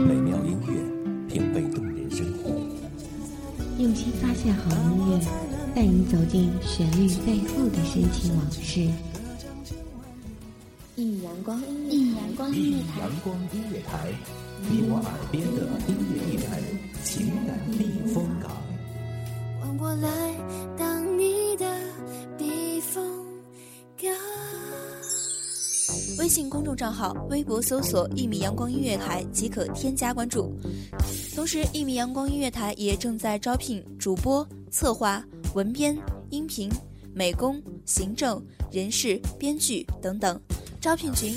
美妙音乐，品味动人生活。 用心发现好音乐，带你走进旋律背后的深情往事。 一米阳光音乐台，你我耳边的音乐驿站，情感避风港。 换我来当你的避风港。 微信公众账号、微博搜索“一米阳光音乐台”即可添加关注。同时，一米阳光音乐台也正在招聘主播、策划、文编、音频、美工、行政、人事、编剧等等。招聘群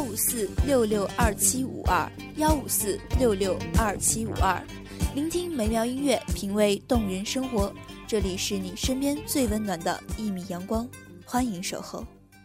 154662752，154662752。聆听美妙音乐，品味动人生活。这里是你身边最温暖的一米阳光，欢迎守候。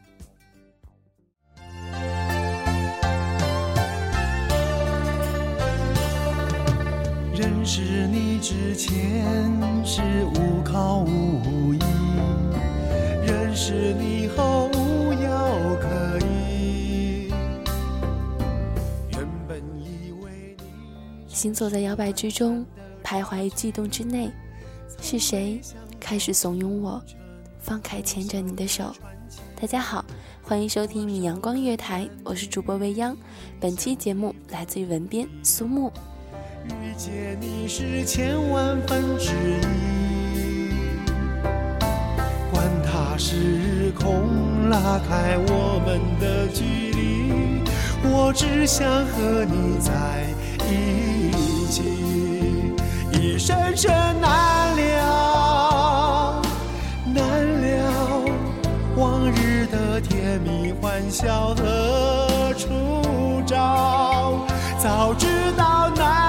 认识你之前是无考无依，认识你后无药可医。原本以为你行走在摇摆之中，徘徊悸动之内，是谁开始怂恿我放开牵着你的手？大家好，欢迎收听一米阳光音乐台，我是主播未央。本期节目来自于文编苏木。 遇见你是千万分之一，管它时空拉开我们的距离，我只想和你在一起，一生生难了往日的甜蜜欢笑何处找，早知道难。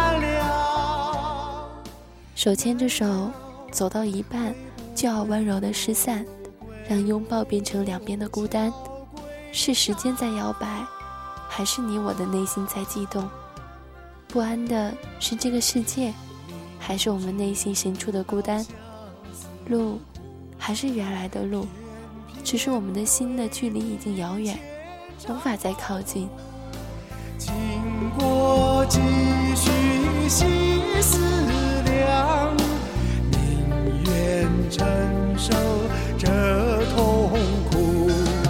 手牵着手走到一半就要温柔的失散，让拥抱变成两边的孤单。是时间在摇摆，还是你我的内心在悸动？不安的是这个世界，还是我们内心深处的孤单？路还是原来的路，只是我们的心的距离已经遥远，无法再靠近。 经过继续细思量，宁愿承受这痛苦，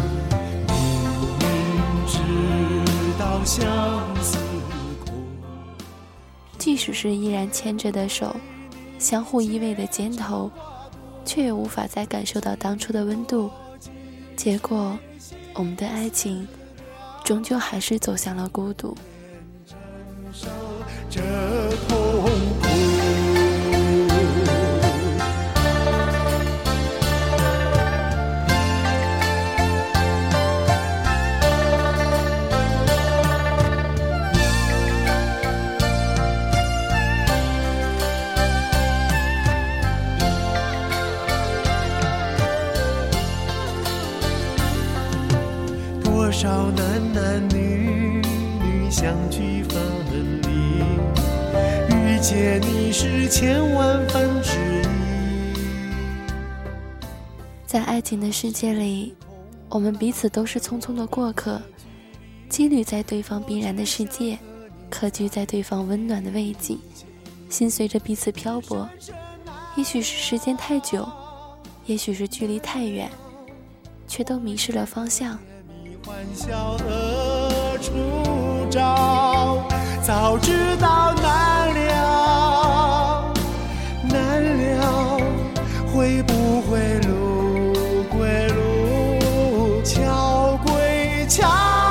明知道相思苦。 即使是依然牵着的手，相互依偎的肩头，却也无法再感受到当初的温度。结果，我们的爱情终究还是走向了孤独。 承受这痛苦，多少男女相聚分离，遇见你是千万分之一。 在爱情的世界里，我们彼此都是匆匆的过客，羁旅在对方冰然的世界，客居在对方温暖的慰藉，心随着彼此漂泊。也许是时间太久，也许是距离太远，却都迷失了方向。 欢笑何处找，早知道难了，会不会路归路，桥归桥。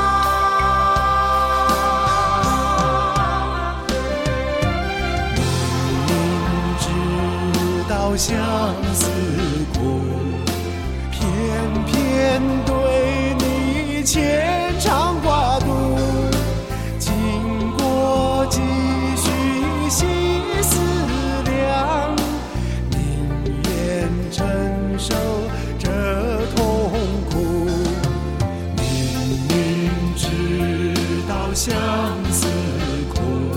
明知道相思苦，偏偏对你牵肠挂肚，经过继续细思量，宁愿承受这痛苦，明知道相思苦，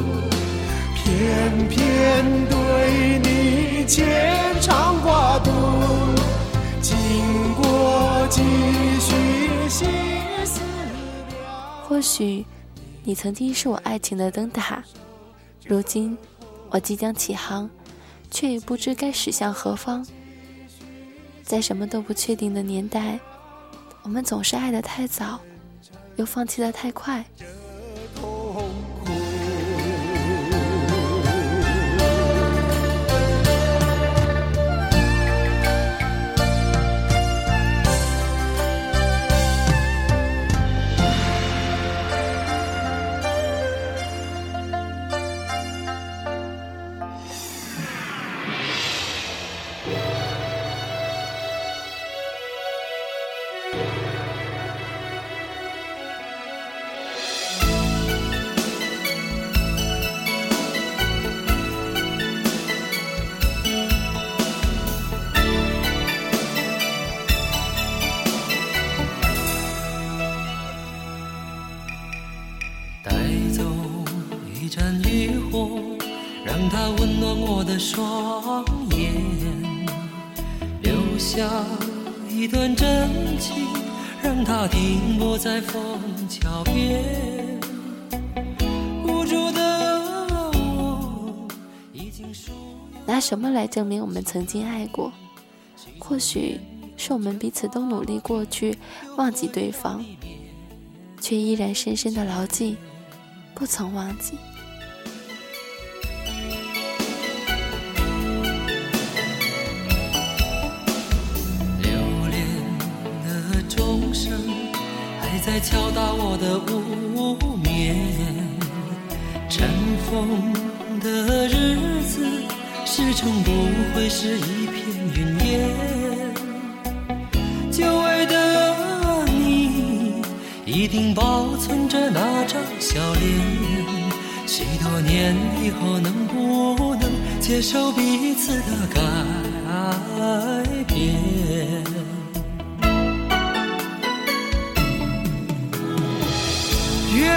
偏偏对你牵肠挂肚，经过继续细思量。 或许你曾经是我爱情的灯塔， 如今我即将起航，却也不知该驶向何方。在什么都不确定的年代，我们总是爱得太早，又放弃得太快。 让它温暖我的双眼，留下一段真情，让它停泊在枫桥边。无助的我已经输了。 拿什么来证明我们曾经爱过？或许是我们彼此都努力过去忘记对方，却依然深深的牢记，不曾忘记。 还在敲打我的无眠，尘封的日子始终不会是一片云烟。久违的你一定保存着那张笑脸，许多年以后能不能接受彼此的改变？月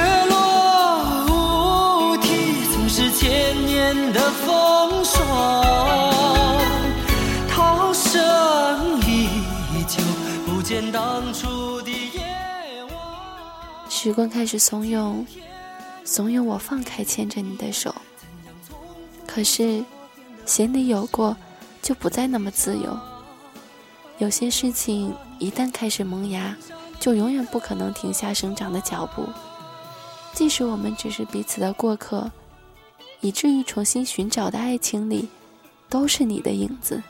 落乌啼，总是千年的风霜，涛声依旧，不见当初的夜晚。 时光开始怂恿我放开牵着你的手，可是心里有过就不再那么自由。有些事情一旦开始萌芽，就永远不可能停下生长的脚步。即使我们只是彼此的过客，以至于重新寻找的爱情里都是你的影子。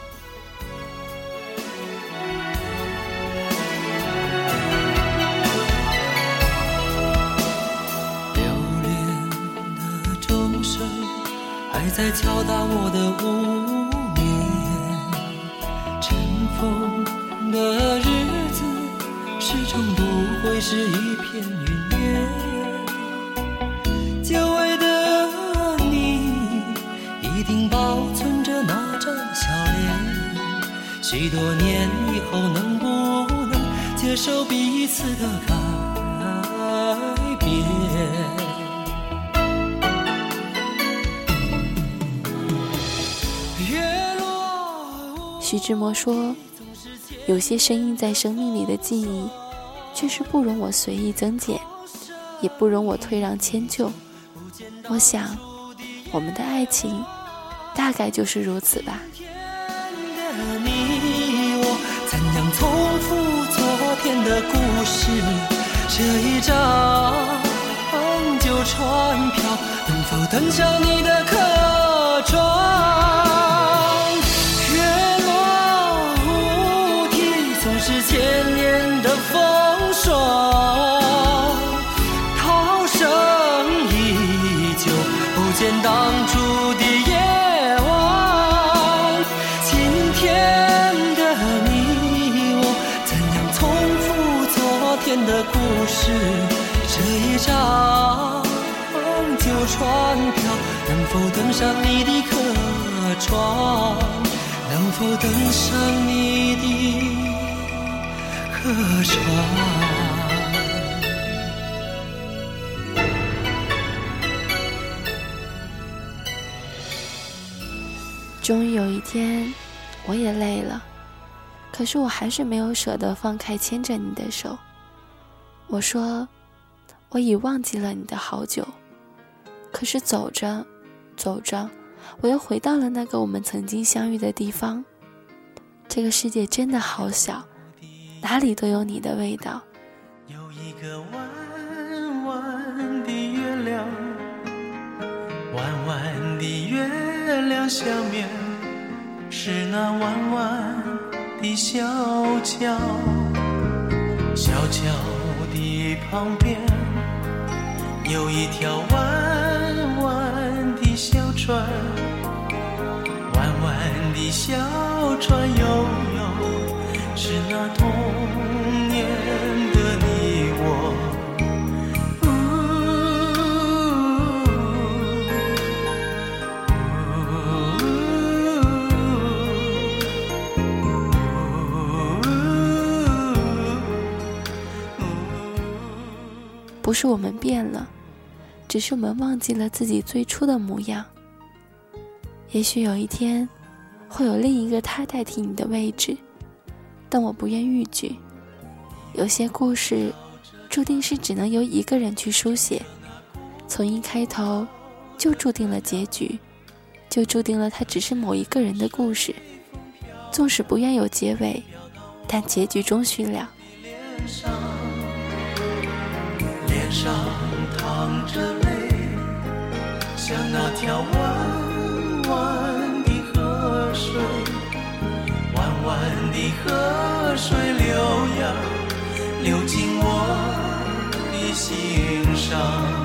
留恋的钟声还在敲打我的无眠，尘封的日子始终不会是一片云烟。久违的你一定保存着那张笑脸，许多年以后能不能接受彼此的改变？ 徐志摩说，有些声音在生命里的记忆，却是不容我随意增减，也不容我退让迁就。我想我们的爱情大概就是如此吧。 你我怎样重复昨天的故事，这一张旧船票能否登上你的客船？月落乌啼，总是千年的风霜，涛声依旧，不见当初的夜晚。今天的你我怎样重复昨天的故事，这一张旧船票能否登上你的客船，能否登上你的客船？ 终于有一天我也累了，可是我还是没有舍得放开牵着你的手。我说我已忘记了你的好久，可是走着走着，我又回到了那个我们曾经相遇的地方。这个世界真的好小，哪里都有你的味道。 有一个弯弯的月亮，弯弯的月亮下面是那弯弯的小桥，小桥的旁边有一条弯弯的小船，弯弯的小船悠悠，是那童年的你我。 不是我们变了，只是我们忘记了自己最初的模样。也许有一天会有另一个他代替你的位置，但我不愿逾矩。有些故事注定是只能由一个人去书写，从一开头就注定了结局，就注定了它只是某一个人的故事。纵使不愿有结尾，但结局终须了。 脸上淌着泪，像那条弯弯的河水，弯弯的河水流呀，流进我的心上。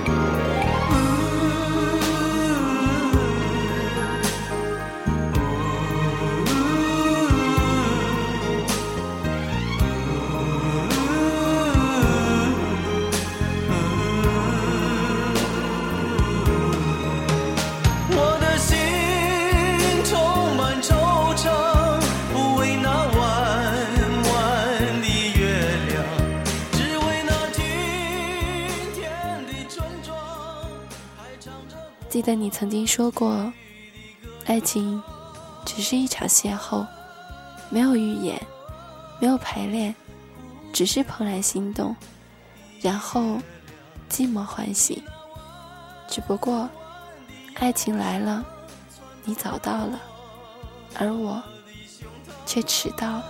记得你曾经说过，爱情只是一场邂逅，没有预演，没有排练，只是怦然心动，然后寂寞欢喜。只不过爱情来了，你早到了，而我却迟到了。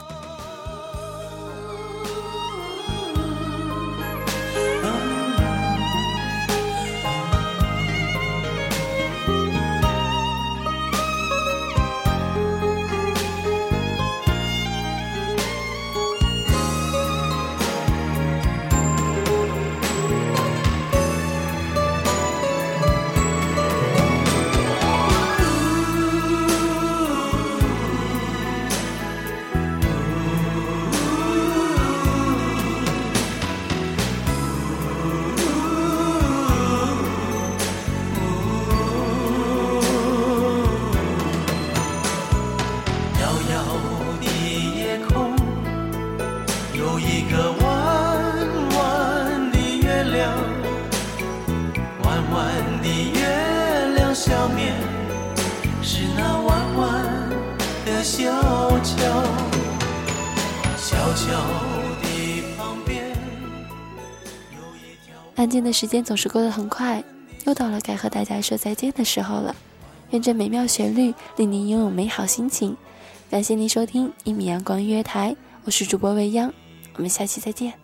安静的时间总是过得很快，又到了该和大家说再见的时候了。愿这美妙旋律令您拥有美好心情。感谢您收听1米阳光音乐台，我是主播未央，我们下期再见。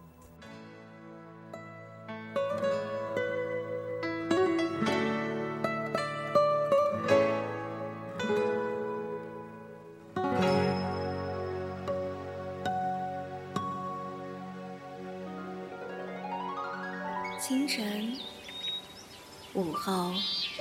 清晨，午后，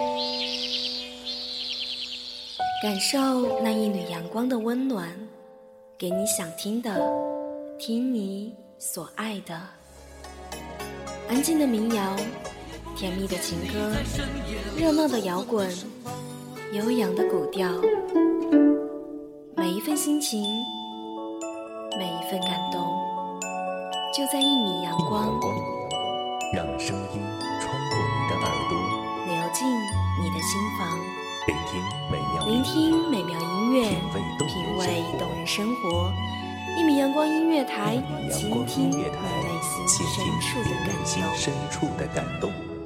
感受那一缕阳光的温暖，给你想听的，听你所爱的。安静的民谣，甜蜜的情歌，热闹的摇滚，悠扬的古调，每一份心情，每一份感动，就在1米阳光， 让声音穿过你的耳朵， 流进你的心房， 聆听美妙音乐， 品味动人生活。1米阳光音乐台，倾听你内心深处的感动。